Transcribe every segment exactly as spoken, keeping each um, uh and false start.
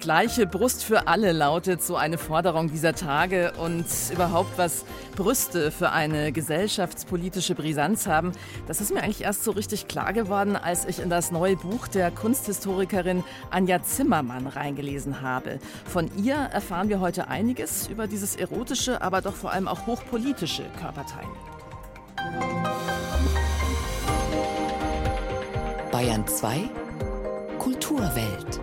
Gleiche Brust für alle lautet so eine Forderung dieser Tage. Und überhaupt, was Brüste für eine gesellschaftspolitische Brisanz haben, das ist mir eigentlich erst so richtig klar geworden, als ich in das neue Buch der Kunsthistorikerin Anja Zimmermann reingelesen habe. Von ihr erfahren wir heute einiges über dieses erotische, aber doch vor allem auch hochpolitische Körperteil. Bayern zwei Kulturwelt.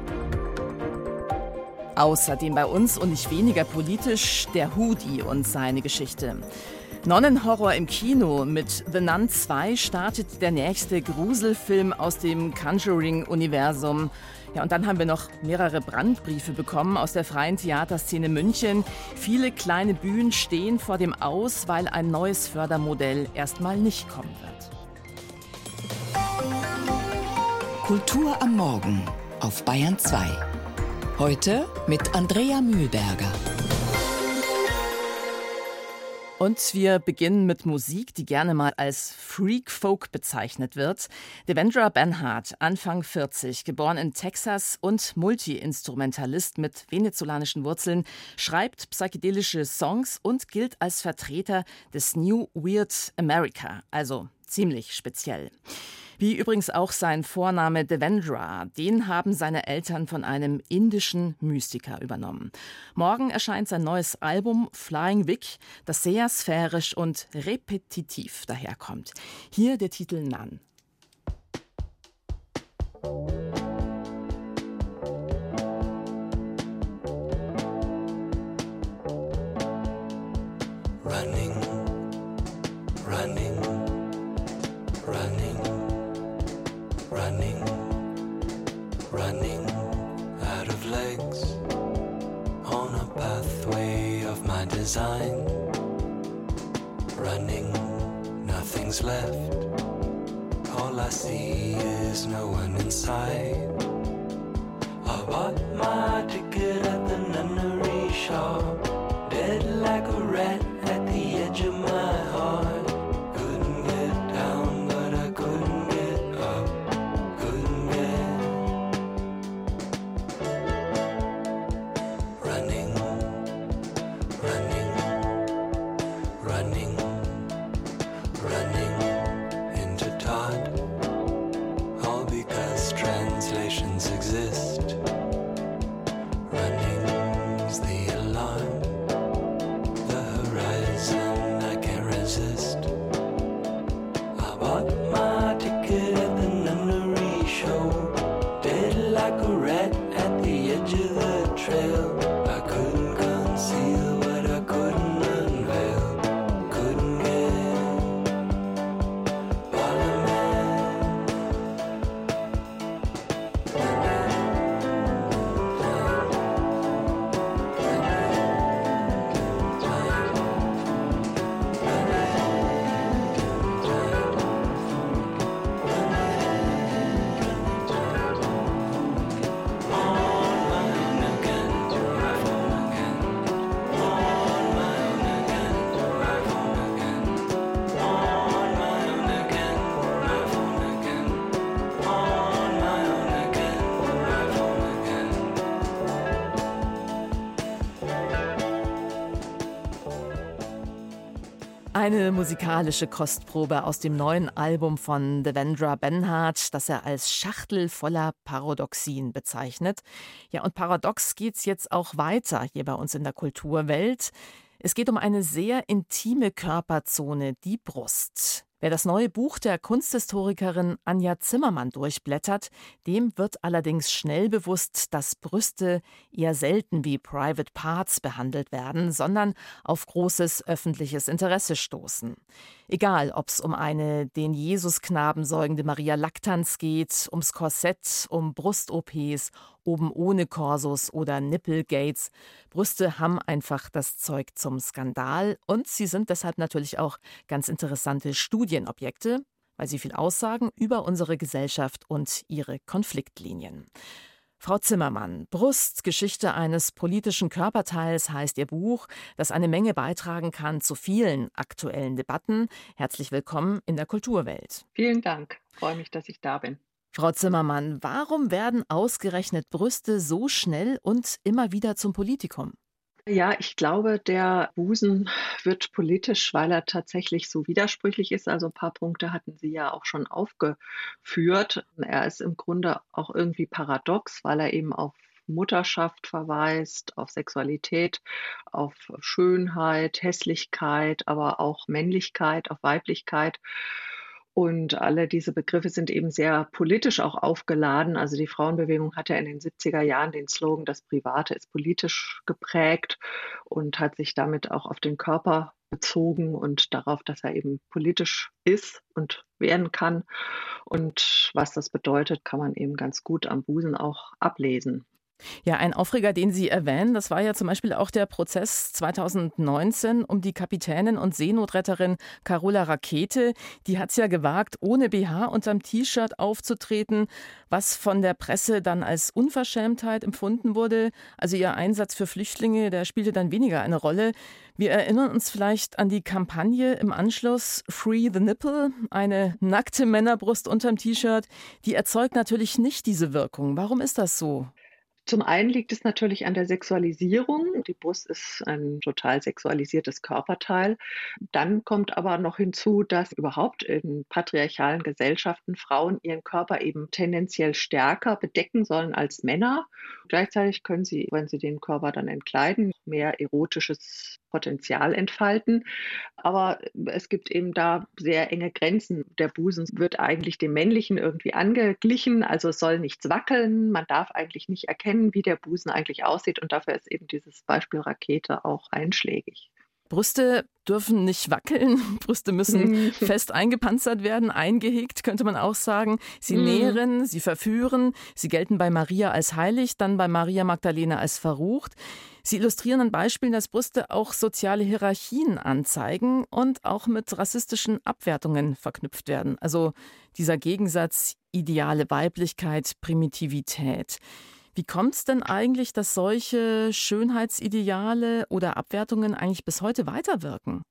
Außerdem bei uns und nicht weniger politisch der Hoodie und seine Geschichte. Nonnenhorror im Kino. Mit The Nun zwei startet der nächste Gruselfilm aus dem Conjuring-Universum. Ja, und dann haben wir noch mehrere Brandbriefe bekommen aus der freien Theaterszene München. Viele kleine Bühnen stehen vor dem Aus, weil ein neues Fördermodell erstmal nicht kommen wird. Kultur am Morgen auf Bayern zwei. Heute mit Andrea Mühlberger. Und wir beginnen mit Musik, die gerne mal als Freak Folk bezeichnet wird. Devendra Banhart, Anfang vierzig, geboren in Texas und Multi-Instrumentalist mit venezolanischen Wurzeln, schreibt psychedelische Songs und gilt als Vertreter des New Weird America, also ziemlich speziell. Wie übrigens auch sein Vorname Devendra, den haben seine Eltern von einem indischen Mystiker übernommen. Morgen erscheint sein neues Album Flying Vic, das sehr sphärisch und repetitiv daherkommt. Hier der Titel Nun. Running, running, running. Running, running out of legs on a pathway of my design. Running, nothing's left. All I see is no one inside. I bought my ticket at the nunnery shop, dead like a rat at the edge of my heart. Couldn't get down, but I couldn't get up. Eine musikalische Kostprobe aus dem neuen Album von Devendra Banhart, das er als Schachtel voller Paradoxien bezeichnet. Ja, und paradox geht's jetzt auch weiter hier bei uns in der Kulturwelt. Es geht um eine sehr intime Körperzone, die Brust. Wer das neue Buch der Kunsthistorikerin Anja Zimmermann durchblättert, dem wird allerdings schnell bewusst, dass Brüste eher selten wie Private Parts behandelt werden, sondern auf großes öffentliches Interesse stoßen. Egal, ob es um eine den Jesusknaben säugende Maria Lactanz geht, ums Korsett, um Brust-O Ps, oben ohne Korsus oder Nippelgates. Brüste haben einfach das Zeug zum Skandal und sie sind deshalb natürlich auch ganz interessante Studienobjekte, weil sie viel aussagen über unsere Gesellschaft und ihre Konfliktlinien. Frau Zimmermann, Brust, Geschichte eines politischen Körperteils heißt Ihr Buch, das eine Menge beitragen kann zu vielen aktuellen Debatten. Herzlich willkommen in der Kulturwelt. Vielen Dank, ich freue mich, dass ich da bin. Frau Zimmermann, warum werden ausgerechnet Brüste so schnell und immer wieder zum Politikum? Ja, ich glaube, der Busen wird politisch, weil er tatsächlich so widersprüchlich ist. Also ein paar Punkte hatten Sie ja auch schon aufgeführt. Er ist im Grunde auch irgendwie paradox, weil er eben auf Mutterschaft verweist, auf Sexualität, auf Schönheit, Hässlichkeit, aber auch Männlichkeit, auf Weiblichkeit. Und alle diese Begriffe sind eben sehr politisch auch aufgeladen. Also die Frauenbewegung hat ja in den siebziger Jahren den Slogan, das Private ist politisch geprägt und hat sich damit auch auf den Körper bezogen und darauf, dass er eben politisch ist und werden kann. Und was das bedeutet, kann man eben ganz gut am Busen auch ablesen. Ja, ein Aufreger, den Sie erwähnen, das war ja zum Beispiel auch der Prozess zweitausendneunzehn um die Kapitänin und Seenotretterin Carola Rackete. Die hat es ja gewagt, ohne B H unterm T-Shirt aufzutreten, was von der Presse dann als Unverschämtheit empfunden wurde. Also ihr Einsatz für Flüchtlinge, der spielte dann weniger eine Rolle. Wir erinnern uns vielleicht an die Kampagne im Anschluss Free the Nipple, eine nackte Männerbrust unterm T-Shirt. Die erzeugt natürlich nicht diese Wirkung. Warum ist das so? Zum einen liegt es natürlich an der Sexualisierung. Die Brust ist ein total sexualisiertes Körperteil. Dann kommt aber noch hinzu, dass überhaupt in patriarchalen Gesellschaften Frauen ihren Körper eben tendenziell stärker bedecken sollen als Männer. Gleichzeitig können sie, wenn sie den Körper dann entkleiden, mehr erotisches Potenzial entfalten. Aber es gibt eben da sehr enge Grenzen. Der Busen wird eigentlich dem Männlichen irgendwie angeglichen. Also es soll nichts wackeln. Man darf eigentlich nicht erkennen, wie der Busen eigentlich aussieht. Und dafür ist eben dieses Beispiel Rakete auch einschlägig. Brüste dürfen nicht wackeln, Brüste müssen fest eingepanzert werden, eingehegt, könnte man auch sagen. Sie mm. nähren, sie verführen, sie gelten bei Maria als heilig, dann bei Maria Magdalena als verrucht. Sie illustrieren an Beispielen, dass Brüste auch soziale Hierarchien anzeigen und auch mit rassistischen Abwertungen verknüpft werden. Also dieser Gegensatz ideale Weiblichkeit, Primitivität. Wie kommt es denn eigentlich, dass solche Schönheitsideale oder Abwertungen eigentlich bis heute weiterwirken?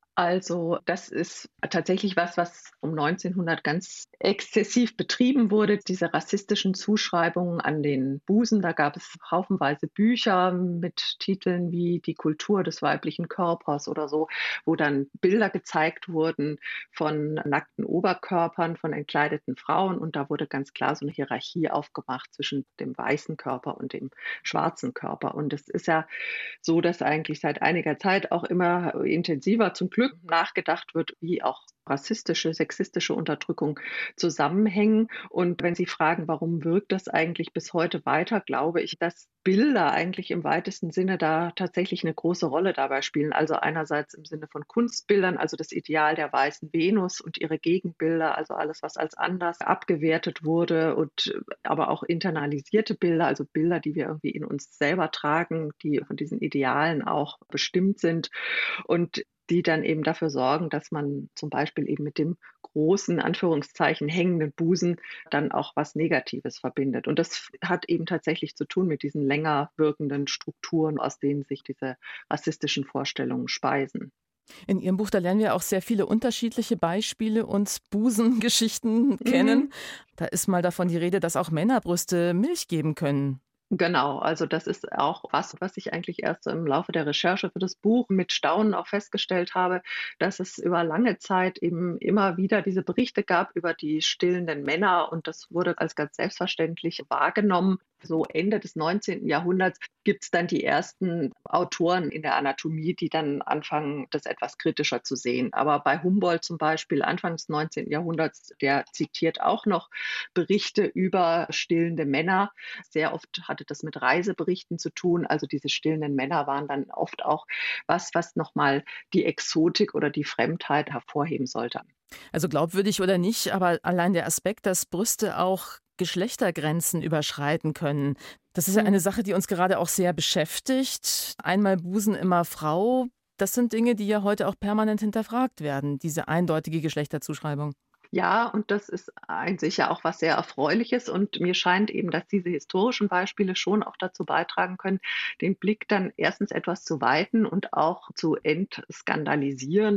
Also das ist tatsächlich was, was um neunzehnhundert ganz exzessiv betrieben wurde, diese rassistischen Zuschreibungen an den Busen. Da gab es haufenweise Bücher mit Titeln wie Die Kultur des weiblichen Körpers oder so, wo dann Bilder gezeigt wurden von nackten Oberkörpern, von entkleideten Frauen. Und da wurde ganz klar so eine Hierarchie aufgemacht zwischen dem weißen Körper und dem schwarzen Körper. Und es ist ja so, dass eigentlich seit einiger Zeit auch immer intensiver zum Glück nachgedacht wird, wie auch rassistische, sexistische Unterdrückung zusammenhängen. Und wenn Sie fragen, warum wirkt das eigentlich bis heute weiter, glaube ich, dass Bilder eigentlich im weitesten Sinne da tatsächlich eine große Rolle dabei spielen. Also einerseits im Sinne von Kunstbildern, also das Ideal der weißen Venus und ihre Gegenbilder, also alles, was als anders abgewertet wurde, und aber auch internalisierte Bilder, also Bilder, die wir irgendwie in uns selber tragen, die von diesen Idealen auch bestimmt sind. Und die dann eben dafür sorgen, dass man zum Beispiel eben mit dem großen, Anführungszeichen, hängenden Busen dann auch was Negatives verbindet. Und das hat eben tatsächlich zu tun mit diesen länger wirkenden Strukturen, aus denen sich diese rassistischen Vorstellungen speisen. In Ihrem Buch, da lernen wir auch sehr viele unterschiedliche Beispiele und Busengeschichten kennen. Mhm. Da ist mal davon die Rede, dass auch Männerbrüste Milch geben können. Genau, also das ist auch was, was ich eigentlich erst so im Laufe der Recherche für das Buch mit Staunen auch festgestellt habe, dass es über lange Zeit eben immer wieder diese Berichte gab über die stillenden Männer, und das wurde als ganz selbstverständlich wahrgenommen. So Ende des neunzehnten Jahrhunderts gibt es dann die ersten Autoren in der Anatomie, die dann anfangen, das etwas kritischer zu sehen. Aber bei Humboldt zum Beispiel, Anfang des neunzehnten Jahrhunderts, der zitiert auch noch Berichte über stillende Männer. Sehr oft hatte das mit Reiseberichten zu tun. Also diese stillenden Männer waren dann oft auch was, was nochmal die Exotik oder die Fremdheit hervorheben sollte. Also glaubwürdig oder nicht, aber allein der Aspekt, dass Brüste auch Geschlechtergrenzen überschreiten können. Das ist ja eine Sache, die uns gerade auch sehr beschäftigt. Einmal Busen, immer Frau. Das sind Dinge, die ja heute auch permanent hinterfragt werden, diese eindeutige Geschlechterzuschreibung. Ja, und das ist an sich ja auch was sehr Erfreuliches. Und mir scheint eben, dass diese historischen Beispiele schon auch dazu beitragen können, den Blick dann erstens etwas zu weiten und auch zu entskandalisieren.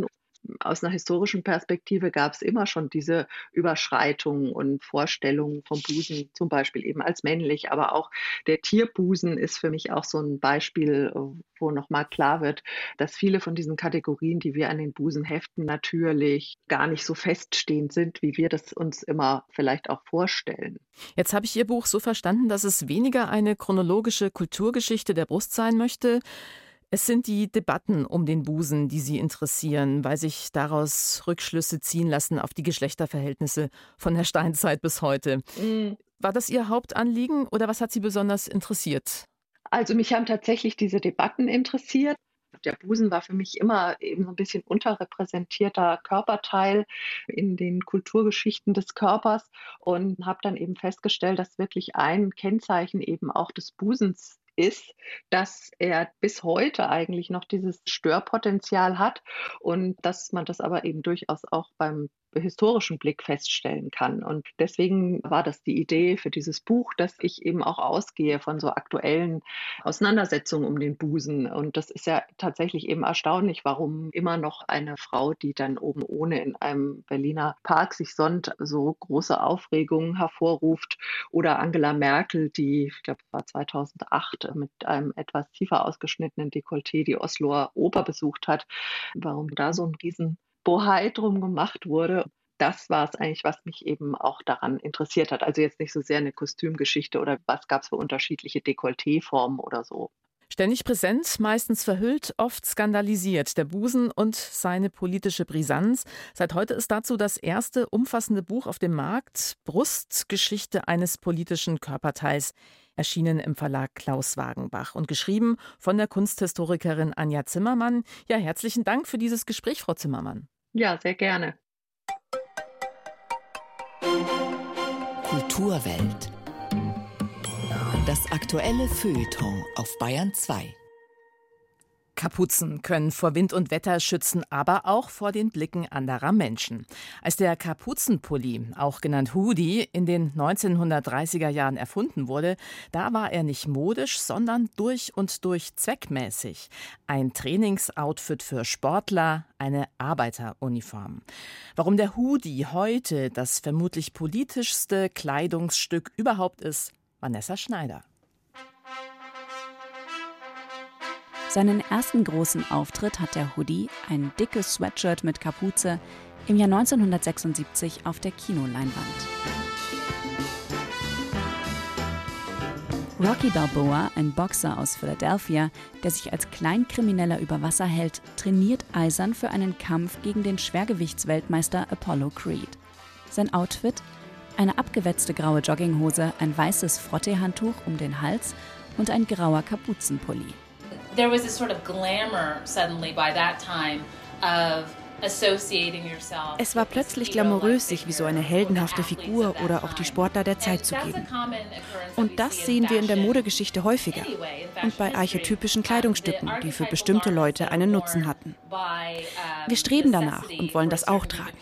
aus einer historischen Perspektive gab es immer schon diese Überschreitungen und Vorstellungen vom Busen, zum Beispiel eben als männlich, aber auch der Tierbusen ist für mich auch so ein Beispiel, wo nochmal klar wird, dass viele von diesen Kategorien, die wir an den Busen heften, natürlich gar nicht so feststehend sind, wie wir das uns immer vielleicht auch vorstellen. Jetzt habe ich Ihr Buch so verstanden, dass es weniger eine chronologische Kulturgeschichte der Brust sein möchte. Es sind die Debatten um den Busen, die Sie interessieren, weil sich daraus Rückschlüsse ziehen lassen auf die Geschlechterverhältnisse von der Steinzeit bis heute. Mhm. War das Ihr Hauptanliegen oder was hat Sie besonders interessiert? Also mich haben tatsächlich diese Debatten interessiert. Der Busen war für mich immer eben so ein bisschen unterrepräsentierter Körperteil in den Kulturgeschichten des Körpers und habe dann eben festgestellt, dass wirklich ein Kennzeichen eben auch des Busens ist, dass er bis heute eigentlich noch dieses Störpotenzial hat und dass man das aber eben durchaus auch beim historischen Blick feststellen kann. Und deswegen war das die Idee für dieses Buch, dass ich eben auch ausgehe von so aktuellen Auseinandersetzungen um den Busen. Und das ist ja tatsächlich eben erstaunlich, warum immer noch eine Frau, die dann oben ohne in einem Berliner Park sich sonnt, so große Aufregungen hervorruft. Oder Angela Merkel, die, ich glaube, war zweitausendacht mit einem etwas tiefer ausgeschnittenen Dekolleté die Osloer Oper besucht hat. Warum da so ein riesen Bohai drum gemacht wurde. Das war es eigentlich, was mich eben auch daran interessiert hat. Also jetzt nicht so sehr eine Kostümgeschichte oder was gab es für unterschiedliche Dekolletéformen oder so. Ständig präsent, meistens verhüllt, oft skandalisiert. Der Busen und seine politische Brisanz. Seit heute ist dazu das erste umfassende Buch auf dem Markt. Brustgeschichte eines politischen Körperteils. Erschienen im Verlag Klaus Wagenbach und geschrieben von der Kunsthistorikerin Anja Zimmermann. Ja, herzlichen Dank für dieses Gespräch, Frau Zimmermann. Ja, sehr gerne. Kulturwelt. Das aktuelle Feuilleton auf Bayern zwei. Kapuzen können vor Wind und Wetter schützen, aber auch vor den Blicken anderer Menschen. Als der Kapuzenpulli, auch genannt Hoodie, in den neunzehnhundertdreißiger Jahren erfunden wurde, da war er nicht modisch, sondern durch und durch zweckmäßig. Ein Trainingsoutfit für Sportler, eine Arbeiteruniform. Warum der Hoodie heute das vermutlich politischste Kleidungsstück überhaupt ist, Vanessa Schneider. Seinen ersten großen Auftritt hat der Hoodie, ein dickes Sweatshirt mit Kapuze, im Jahr neunzehnhundertsechsundsiebzig auf der Kinoleinwand. Rocky Balboa, ein Boxer aus Philadelphia, der sich als Kleinkrimineller über Wasser hält, trainiert eisern für einen Kampf gegen den Schwergewichtsweltmeister Apollo Creed. Sein Outfit? Eine abgewetzte graue Jogginghose, ein weißes Frotteehandtuch um den Hals und ein grauer Kapuzenpulli. There was this sort of glamour suddenly by that time of associating yourself. Es war plötzlich glamourös, sich wie so eine heldenhafte Figur oder auch die Sportler der Zeit zu geben. Und das sehen wir in der Modegeschichte häufiger und bei archetypischen Kleidungsstücken, die für bestimmte Leute einen Nutzen hatten. Wir streben danach und wollen das auch tragen.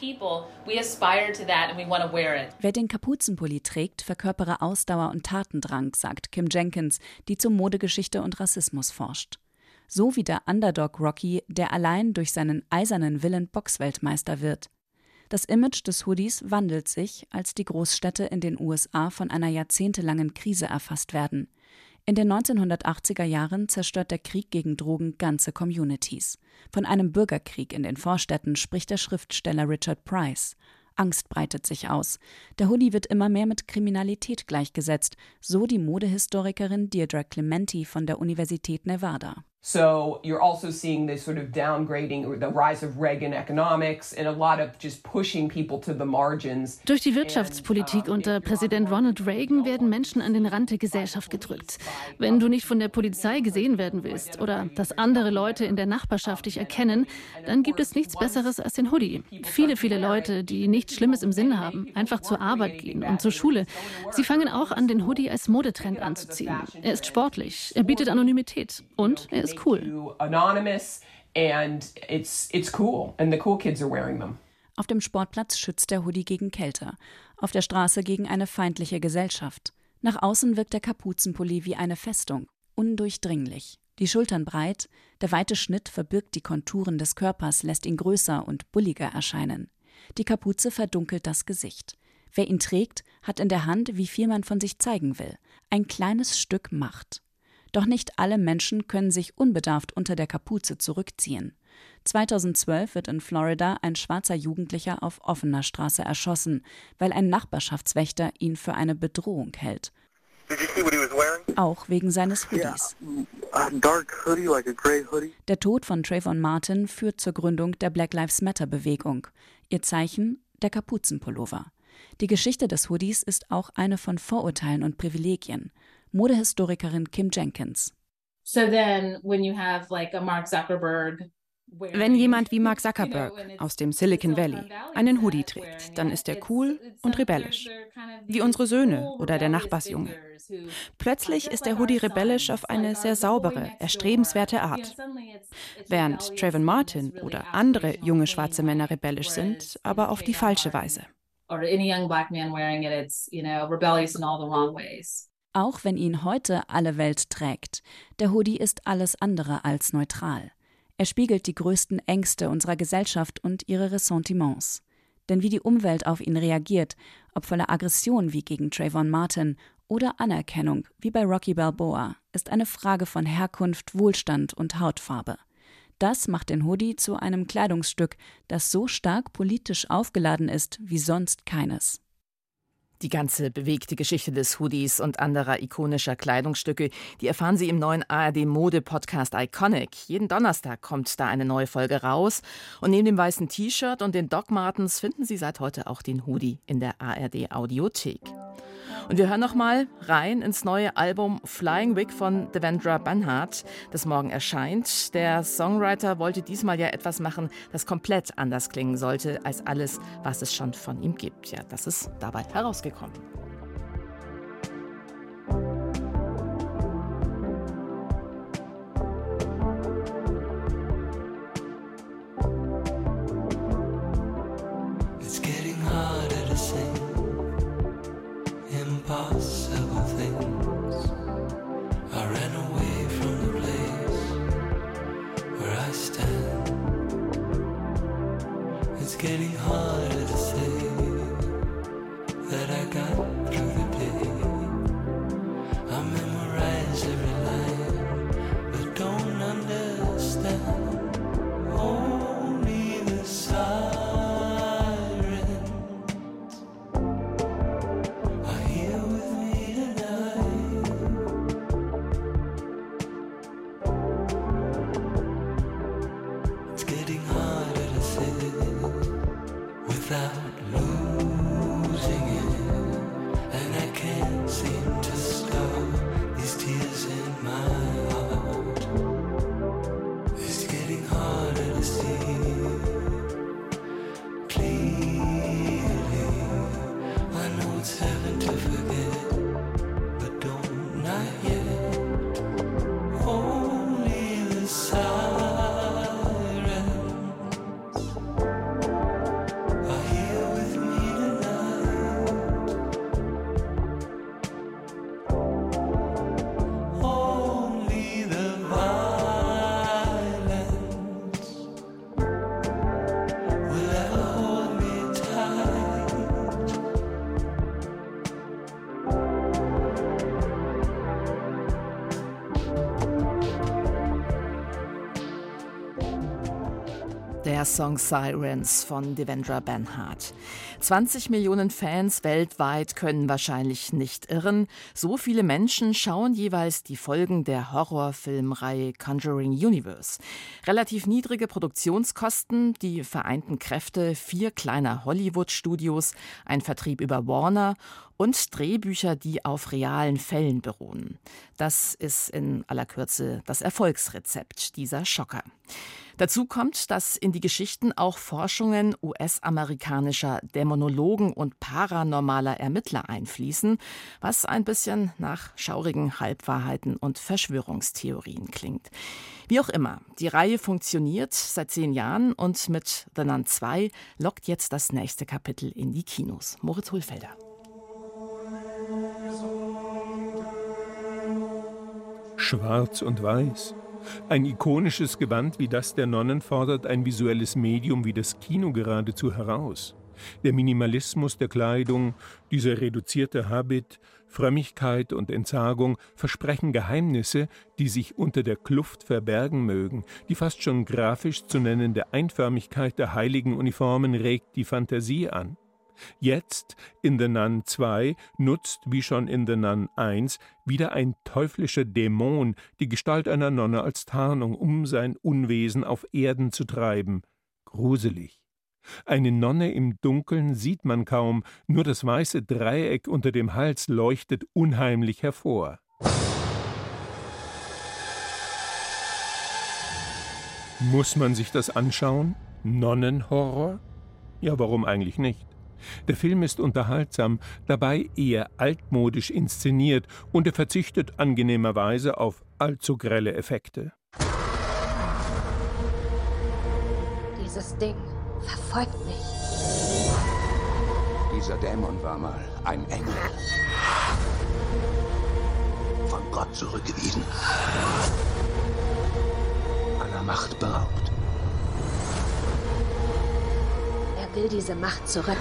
Wer den Kapuzenpulli trägt, verkörpere Ausdauer und Tatendrang, sagt Kim Jenkins, die zur Modegeschichte und Rassismus forscht. So wie der Underdog Rocky, der allein durch seinen eisernen Willen Boxweltmeister wird. Das Image des Hoodies wandelt sich, als die Großstädte in den U S A von einer jahrzehntelangen Krise erfasst werden. In den neunzehnhundertachtziger Jahren zerstört der Krieg gegen Drogen ganze Communities. Von einem Bürgerkrieg in den Vorstädten spricht der Schriftsteller Richard Price. Angst breitet sich aus. Der Hoodie wird immer mehr mit Kriminalität gleichgesetzt, so die Modehistorikerin Deirdre Clementi von der Universität Nevada. So you're also seeing this sort of downgrading or the rise of Reagan economics and a lot of just pushing people to the margins. Durch die Wirtschaftspolitik unter Präsident Ronald Reagan werden Menschen an den Rand der Gesellschaft gedrückt. Wenn du nicht von der Polizei gesehen werden willst oder dass andere Leute in der Nachbarschaft dich erkennen, dann gibt es nichts Besseres als den Hoodie. Viele, viele Leute, die nichts Schlimmes im Sinn haben, einfach zur Arbeit gehen und zur Schule. Sie fangen auch an, den Hoodie als Modetrend anzuziehen. Er ist sportlich, er bietet Anonymität und er ist cool. Auf dem Sportplatz schützt der Hoodie gegen Kälte, auf der Straße gegen eine feindliche Gesellschaft. Nach außen wirkt der Kapuzenpulli wie eine Festung, undurchdringlich. Die Schultern breit, der weite Schnitt verbirgt die Konturen des Körpers, lässt ihn größer und bulliger erscheinen. Die Kapuze verdunkelt das Gesicht. Wer ihn trägt, hat in der Hand, wie viel man von sich zeigen will. Ein kleines Stück Macht. Doch nicht alle Menschen können sich unbedarft unter der Kapuze zurückziehen. zweitausendzwölf wird in Florida ein schwarzer Jugendlicher auf offener Straße erschossen, weil ein Nachbarschaftswächter ihn für eine Bedrohung hält. Auch wegen seines Hoodies. Der Tod von Trayvon Martin führt zur Gründung der Black Lives Matter-Bewegung. Ihr Zeichen, der Kapuzenpullover. Die Geschichte des Hoodies ist auch eine von Vorurteilen und Privilegien. Modehistorikerin Kim Jenkins. So then when you have like a Mark Zuckerberg Wenn jemand wie Mark Zuckerberg aus dem Silicon Valley einen Hoodie trägt, dann ist er cool und rebellisch. Wie unsere Söhne oder der Nachbarsjunge. Plötzlich ist der Hoodie rebellisch auf eine sehr saubere, erstrebenswerte Art. Während Trayvon Martin oder andere junge schwarze Männer rebellisch sind, aber auf die falsche Weise. Auch wenn ihn heute alle Welt trägt, der Hoodie ist alles andere als neutral. Er spiegelt die größten Ängste unserer Gesellschaft und ihre Ressentiments. Denn wie die Umwelt auf ihn reagiert, ob voller Aggression wie gegen Trayvon Martin oder Anerkennung wie bei Rocky Balboa, ist eine Frage von Herkunft, Wohlstand und Hautfarbe. Das macht den Hoodie zu einem Kleidungsstück, das so stark politisch aufgeladen ist wie sonst keines. Die ganze bewegte Geschichte des Hoodies und anderer ikonischer Kleidungsstücke, die erfahren Sie im neuen A R D-Mode-Podcast Iconic. Jeden Donnerstag kommt da eine neue Folge raus. Und neben dem weißen T-Shirt und den Doc Martens finden Sie seit heute auch den Hoodie in der A R D-Audiothek. Und wir hören noch mal rein ins neue Album Flying Wig von Devendra Banhart, das morgen erscheint. Der Songwriter wollte diesmal ja etwas machen, das komplett anders klingen sollte als alles, was es schon von ihm gibt. Ja, das ist dabei herausgekommen. It's getting harder to sing impossible things. I ran away from the place where I stand. It's getting harder to say that I got through the day. I memorize every line, but don't understand. Only the sirens are here with me tonight. It's getting harder to say without losing it, and I can't seem to stop these tears in my heart. It's getting harder to see clearly. I know it's heaven to forget, but don't not yet. Only the sirens are here with me tonight. Only the violence will ever hold me tight. Der Song Sirens von Devendra Banhart. zwanzig Millionen Fans weltweit können wahrscheinlich nicht irren. So viele Menschen schauen jeweils die Folgen der Horrorfilmreihe Conjuring Universe. Relativ niedrige Produktionskosten, die vereinten Kräfte vier kleiner Hollywood-Studios, ein Vertrieb über Warner und Drehbücher, die auf realen Fällen beruhen. Das ist in aller Kürze das Erfolgsrezept dieser Schocker. Dazu kommt, dass in die Geschichten auch Forschungen U S-amerikanischer Dämonologen und paranormaler Ermittler einfließen, was ein bisschen nach schaurigen Halbwahrheiten und Verschwörungstheorien klingt. Wie auch immer, die Reihe funktioniert seit zehn Jahren und mit The Nun zwei lockt jetzt das nächste Kapitel in die Kinos. Moritz Hohlfelder. Schwarz und Weiß, Ein ikonisches Gewand wie das der Nonnen fordert ein visuelles Medium wie das Kino geradezu heraus. Der Minimalismus der Kleidung, dieser reduzierte Habit, Frömmigkeit und Entsagung versprechen Geheimnisse, die sich unter der Kluft verbergen mögen. Die fast schon grafisch zu nennende Einförmigkeit der heiligen Uniformen regt die Fantasie an. Jetzt, in The Nun zwei, nutzt, wie schon in The Nun eins, wieder ein teuflischer Dämon die Gestalt einer Nonne als Tarnung, um sein Unwesen auf Erden zu treiben. Gruselig. Eine Nonne im Dunkeln sieht man kaum, nur das weiße Dreieck unter dem Hals leuchtet unheimlich hervor. Muss man sich das anschauen? Nonnenhorror? Ja, warum eigentlich nicht? Der Film ist unterhaltsam, dabei eher altmodisch inszeniert und er verzichtet angenehmerweise auf allzu grelle Effekte. Dieses Ding verfolgt mich. Dieser Dämon war mal ein Engel. Von Gott zurückgewiesen. Aller Macht beraubt. Er will diese Macht zurück.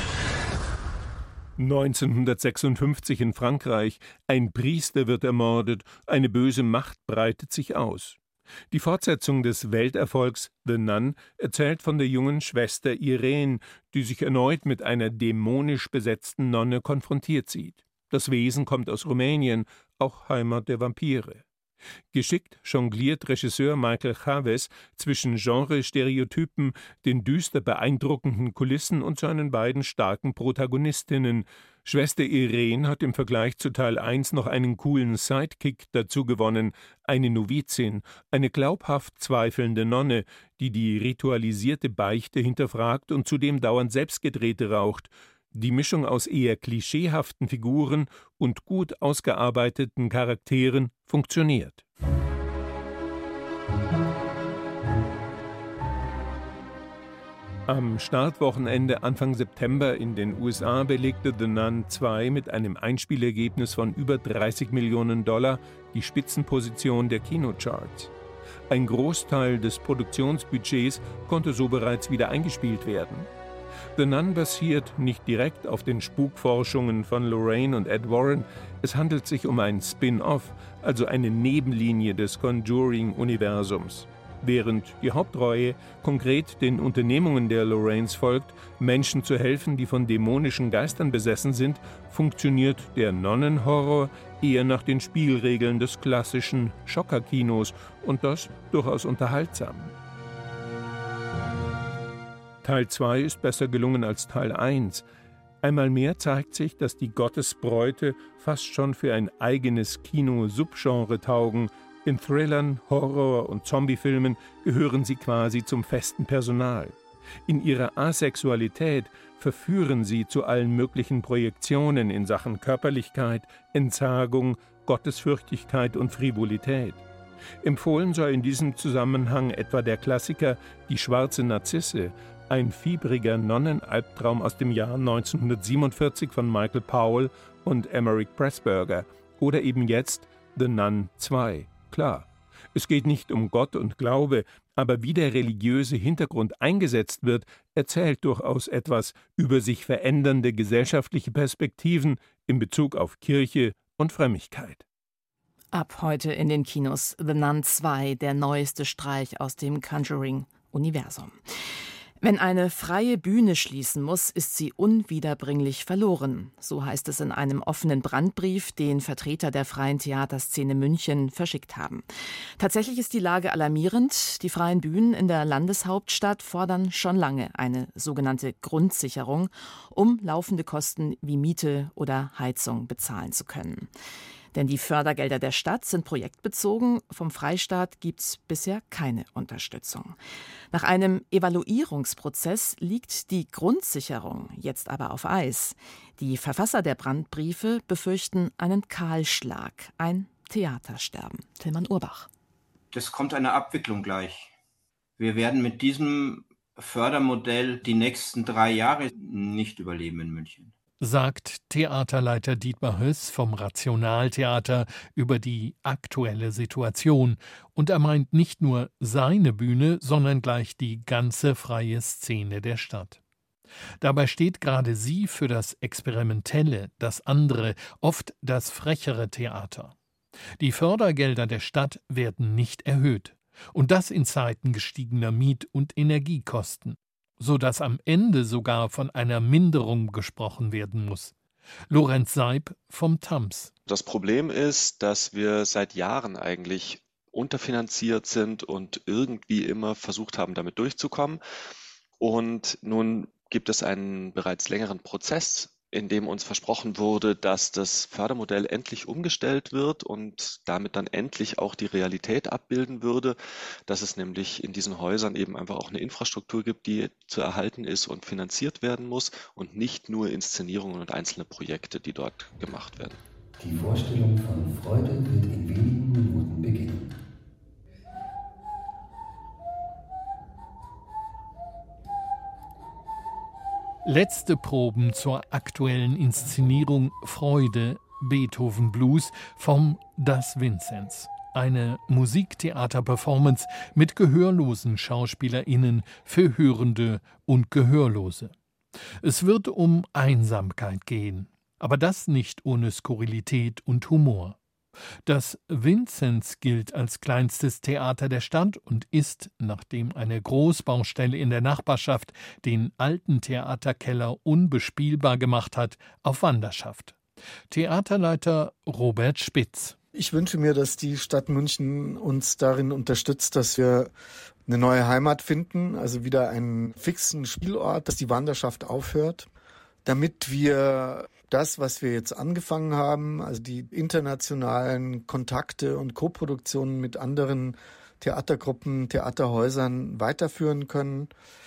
neunzehnhundertsechsundfünfzig in Frankreich. Ein Priester wird ermordet, eine böse Macht breitet sich aus. Die Fortsetzung des Welterfolgs The Nun erzählt von der jungen Schwester Irene, die sich erneut mit einer dämonisch besetzten Nonne konfrontiert sieht. Das Wesen kommt aus Rumänien, auch Heimat der Vampire. Geschickt jongliert Regisseur Michael Chaves zwischen Genre-Stereotypen, den düster beeindruckenden Kulissen und seinen beiden starken Protagonistinnen. Schwester Irene hat im Vergleich zu Teil eins noch einen coolen Sidekick dazu gewonnen, eine Novizin, eine glaubhaft zweifelnde Nonne, die die ritualisierte Beichte hinterfragt und zudem dauernd Selbstgedrehte raucht. Die Mischung aus eher klischeehaften Figuren und gut ausgearbeiteten Charakteren funktioniert. Am Startwochenende Anfang September in den U S A belegte The Nun zwei mit einem Einspielergebnis von über dreißig Millionen Dollar die Spitzenposition der Kinocharts. Ein Großteil des Produktionsbudgets konnte so bereits wieder eingespielt werden. The Nun basiert nicht direkt auf den Spukforschungen von Lorraine und Ed Warren. Es handelt sich um ein Spin-off, also eine Nebenlinie des Conjuring-Universums. Während die Hauptreihe konkret den Unternehmungen der Lorraines folgt, Menschen zu helfen, die von dämonischen Geistern besessen sind, funktioniert der Nonnenhorror eher nach den Spielregeln des klassischen Schockerkinos und das durchaus unterhaltsam. Teil zwei ist besser gelungen als Teil eins. Einmal mehr zeigt sich, dass die Gottesbräute fast schon für ein eigenes Kino-Subgenre taugen. In Thrillern, Horror- und Zombiefilmen gehören sie quasi zum festen Personal. In ihrer Asexualität verführen sie zu allen möglichen Projektionen in Sachen Körperlichkeit, Entsagung, Gottesfürchtigkeit und Frivolität. Empfohlen sei in diesem Zusammenhang etwa der Klassiker Die schwarze Narzisse, ein fiebriger Nonnenalbtraum aus dem Jahr neunzehnhundertsiebenundvierzig von Michael Powell und Emeric Pressburger oder eben jetzt The Nun zwei. Klar, es geht nicht um Gott und Glaube, aber wie der religiöse Hintergrund eingesetzt wird, erzählt durchaus etwas über sich verändernde gesellschaftliche Perspektiven in Bezug auf Kirche und Frömmigkeit. Ab heute in den Kinos The Nun zwei, der neueste Streich aus dem Conjuring-Universum. Wenn eine freie Bühne schließen muss, ist sie unwiederbringlich verloren. So heißt es in einem offenen Brandbrief, den Vertreter der freien Theaterszene München verschickt haben. Tatsächlich ist die Lage alarmierend. Die freien Bühnen in der Landeshauptstadt fordern schon lange eine sogenannte Grundsicherung, um laufende Kosten wie Miete oder Heizung bezahlen zu können. Denn die Fördergelder der Stadt sind projektbezogen. Vom Freistaat gibt es bisher keine Unterstützung. Nach einem Evaluierungsprozess liegt die Grundsicherung jetzt aber auf Eis. Die Verfasser der Brandbriefe befürchten einen Kahlschlag, ein Theatersterben. Tilman Urbach. Das kommt einer Abwicklung gleich. Wir werden mit diesem Fördermodell die nächsten drei Jahre nicht überleben in München. sagt Theaterleiter Dietmar Höss vom Rationaltheater über die aktuelle Situation. Und er meint nicht nur seine Bühne, sondern gleich die ganze freie Szene der Stadt. Dabei steht gerade sie für das Experimentelle, das andere, oft das frechere Theater. Die Fördergelder der Stadt werden nicht erhöht. Und das in Zeiten gestiegener Miet- und Energiekosten, sodass am Ende sogar von einer Minderung gesprochen werden muss. Lorenz Seib vom Tams. Das Problem ist, dass wir seit Jahren eigentlich unterfinanziert sind und irgendwie immer versucht haben, damit durchzukommen. Und nun gibt es einen bereits längeren Prozess, in dem uns versprochen wurde, dass das Fördermodell endlich umgestellt wird und damit dann endlich auch die Realität abbilden würde, dass es nämlich in diesen Häusern eben einfach auch eine Infrastruktur gibt, die zu erhalten ist und finanziert werden muss und nicht nur Inszenierungen und einzelne Projekte, die dort gemacht werden. Die Vorstellung von Freude wird in wenigen Minuten beginnen. Letzte Proben zur aktuellen Inszenierung Freude, Beethoven Blues vom Das Vinzenz. Eine Musiktheater-Performance mit gehörlosen SchauspielerInnen für Hörende und Gehörlose. Es wird um Einsamkeit gehen, aber das nicht ohne Skurrilität und Humor. Das Vinzenz gilt als kleinstes Theater der Stadt und ist, nachdem eine Großbaustelle in der Nachbarschaft den alten Theaterkeller unbespielbar gemacht hat, auf Wanderschaft. Theaterleiter Robert Spitz. Ich wünsche mir, dass die Stadt München uns darin unterstützt, dass wir eine neue Heimat finden, also wieder einen fixen Spielort, dass die Wanderschaft aufhört, damit wir das, was wir jetzt angefangen haben, also die internationalen Kontakte und Koproduktionen mit anderen Theatergruppen, Theaterhäusern weiterführen können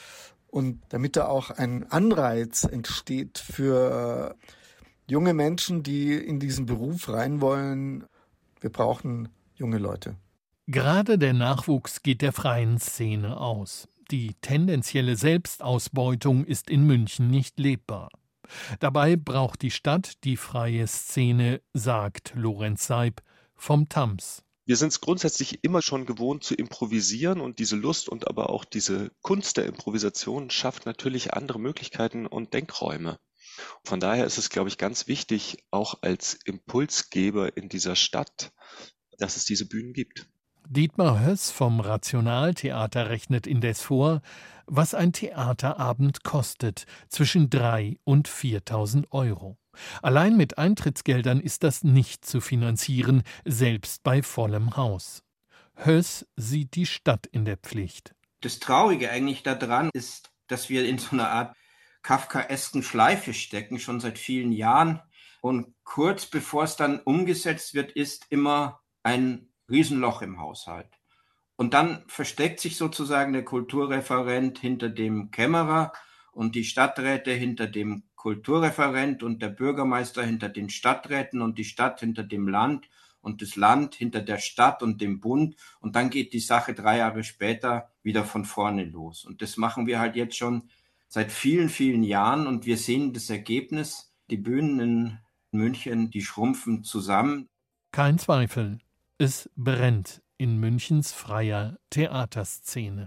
und damit da auch ein Anreiz entsteht für junge Menschen, die in diesen Beruf rein wollen. Wir brauchen junge Leute. Gerade der Nachwuchs geht der freien Szene aus. Die tendenzielle Selbstausbeutung ist in München nicht lebbar. Dabei braucht die Stadt die freie Szene, sagt Lorenz Seib vom Tams. Wir sind es grundsätzlich immer schon gewohnt zu improvisieren und diese Lust und aber auch diese Kunst der Improvisation schafft natürlich andere Möglichkeiten und Denkräume. Von daher ist es, glaube ich, ganz wichtig, auch als Impulsgeber in dieser Stadt, dass es diese Bühnen gibt. Dietmar Höss vom Rationaltheater rechnet indes vor, was ein Theaterabend kostet, zwischen drei und viertausend Euro. Allein mit Eintrittsgeldern ist das nicht zu finanzieren, selbst bei vollem Haus. Höss sieht die Stadt in der Pflicht. Das Traurige eigentlich daran ist, dass wir in so einer Art kafkaesken Schleife stecken, schon seit vielen Jahren. Und kurz bevor es dann umgesetzt wird, ist immer ein Riesenloch im Haushalt. Und dann versteckt sich sozusagen der Kulturreferent hinter dem Kämmerer und die Stadträte hinter dem Kulturreferent und der Bürgermeister hinter den Stadträten und die Stadt hinter dem Land und das Land hinter der Stadt und dem Bund. Und dann geht die Sache drei Jahre später wieder von vorne los. Und das machen wir halt jetzt schon seit vielen, vielen Jahren. Und wir sehen das Ergebnis. Die Bühnen in München, die schrumpfen zusammen. Kein Zweifel, es brennt in Münchens freier Theaterszene.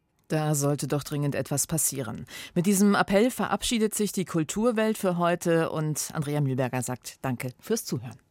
Da sollte doch dringend etwas passieren. Mit diesem Appell verabschiedet sich die Kulturwelt für heute und Andrea Mühlberger sagt Danke fürs Zuhören.